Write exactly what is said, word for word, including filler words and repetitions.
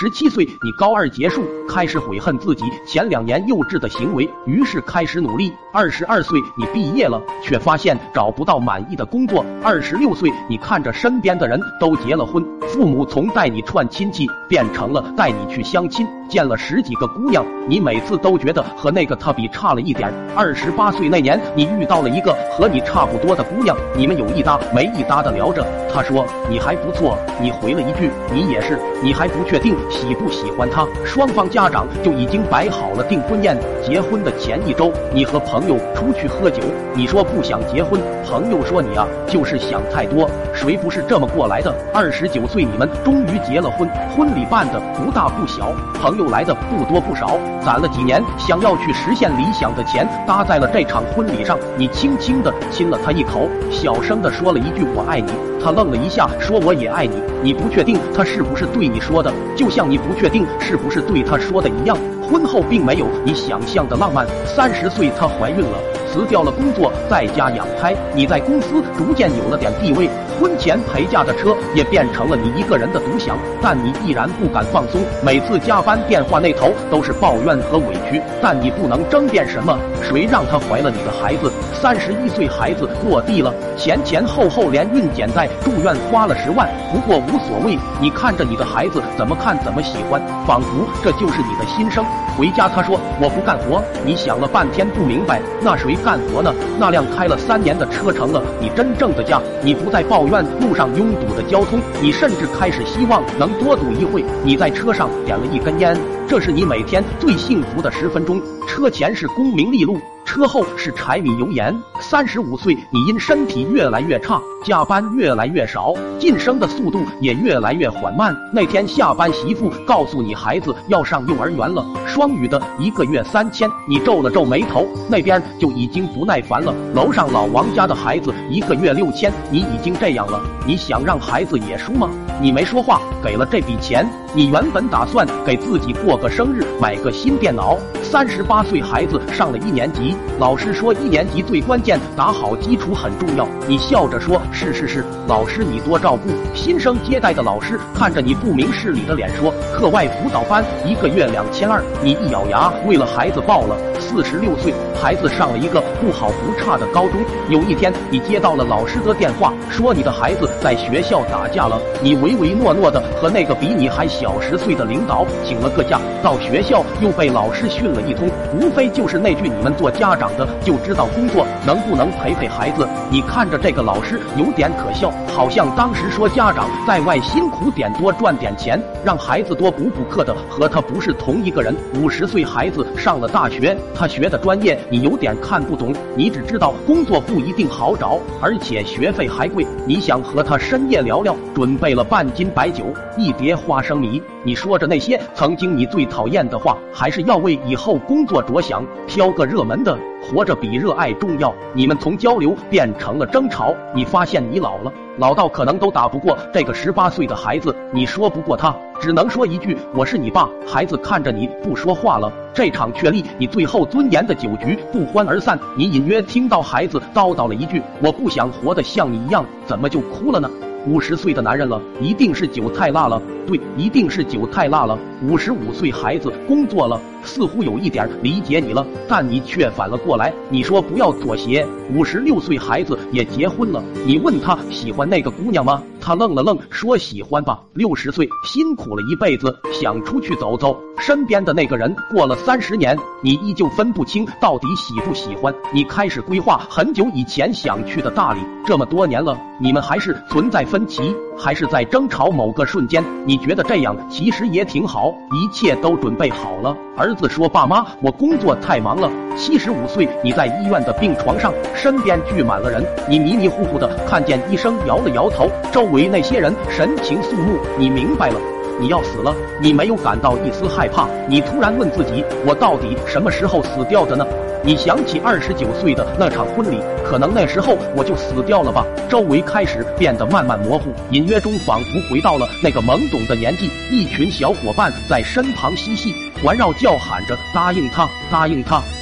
十七岁，你高二结束，开始悔恨自己前两年幼稚的行为，于是开始努力。二十二岁，你毕业了，却发现找不到满意的工作。二十六岁，你看着身边的人都结了婚，父母从带你串亲戚变成了带你去相亲，见了十几个姑娘，你每次都觉得和那个她比差了一点。二十八岁那年，你遇到了一个和你差不多的姑娘，你们有一搭没一搭的聊着，她说你还不错，你回了一句你也是，你还不确定喜不喜欢她，双方家长就已经摆好了订婚宴。结婚的前一周，你和朋友出去喝酒，你说不想结婚，朋友说你啊就是想太多，谁不是这么过来的？二十九岁，你们终于结了婚，婚礼办的不大不小，朋友来的不多不少，攒了几年想要去实现理想的钱搭在了这场婚礼上。你轻轻的亲了他一口，小声的说了一句我爱你，他愣了一下，说我也爱你。你不确定他是不是对你说的，就像你不确定是不是对他说的一样。婚后并没有你想象的浪漫。三十岁她怀孕了，辞掉了工作，在家养胎。你在公司逐渐有了点地位，婚前陪嫁的车也变成了你一个人的独享，但你依然不敢放松。每次加班电话那头都是抱怨和委屈，但你不能争辩什么，谁让她怀了你的孩子？三十一岁，孩子落地了，前前后后连孕检带住院花了十万，不过无所谓。你看着你的孩子怎么看怎么喜欢，仿佛这就是你的心声。回家他说我不干活，你想了半天不明白，那谁干活呢？那辆开了三年的车成了你真正的家。你不再抱怨路上拥堵的交通，你甚至开始希望能多堵一会。你在车上点了一根烟，这是你每天最幸福的十分钟。车前是功名利禄，车后是柴米油盐。三十五岁，你因身体越来越差，加班越来越少，晋升的速度也越来越缓慢。那天下班，媳妇告诉你孩子要上幼儿园了，双语的，一个月三千。你皱了皱眉头，那边就已经不耐烦了。楼上老王家的孩子一个月六千，你已经这样了，你想让孩子也输吗？你没说话，给了这笔钱。你原本打算给自己过个生日，买个新电脑。三十八岁，孩子上了一年级，老师说一年级最关键，打好基础很重要。你笑着说是是是，老师你多照顾。新生接待的老师看着你不明事理的脸说课外辅导班一个月两千二。你一咬牙，为了孩子报了。四十六岁，孩子上了一个不好不差的高中。有一天，你接到了老师的电话，说你的孩子在学校打架了。你唯唯诺诺的和那个比你还小十岁的领导请了个假，到学校又被老师训了一通，无非就是那句你们做家长的就知道工作，能不能陪陪孩子？你看着这个老师有点可笑，好像当时说家长在外辛苦点多赚点钱，让孩子多补补课的和他不是同一个人。五十岁，孩子上了大学，他学的专业你有点看不懂，你只知道工作不一定好找，而且学费还贵。你想和他深夜聊聊，准备了半斤白酒，一碟花生米。你说着那些曾经你最讨厌的话，还是要为以后工作着想，挑个热门的。活着比热爱重要。你们从交流变成了争吵，你发现你老了，老到可能都打不过这个十八岁的孩子，你说不过他，只能说一句我是你爸。孩子看着你不说话了，这场确立你最后尊严的酒局不欢而散。你隐约听到孩子叨叨了一句我不想活得像你一样，怎么就哭了呢？五十岁的男人了，一定是酒太辣了，对，一定是酒太辣了。五十五岁孩子工作了，似乎有一点理解你了，但你却反了过来，你说不要妥协。五十六岁孩子也结婚了，你问他喜欢那个姑娘吗？他愣了愣，说喜欢吧。六十岁辛苦了一辈子，想出去走走，身边的那个人过了三十年，你依旧分不清到底喜不喜欢。你开始规划很久以前想去的大理，这么多年了，你们还是存在分歧，还是在争吵。某个瞬间，你觉得这样其实也挺好，一切都准备好了。儿子说爸妈，我工作太忙了。七十五岁，你在医院的病床上，身边聚满了人，你迷迷糊糊的看见医生摇了摇头，周围那些人神情肃穆，你明白了，你要死了。你没有感到一丝害怕，你突然问自己，我到底什么时候死掉的呢？你想起二十九岁的那场婚礼，可能那时候我就死掉了吧。周围开始变得慢慢模糊，隐约中仿佛回到了那个懵懂的年纪，一群小伙伴在身旁嬉戏，环绕叫喊着答应他，答应他。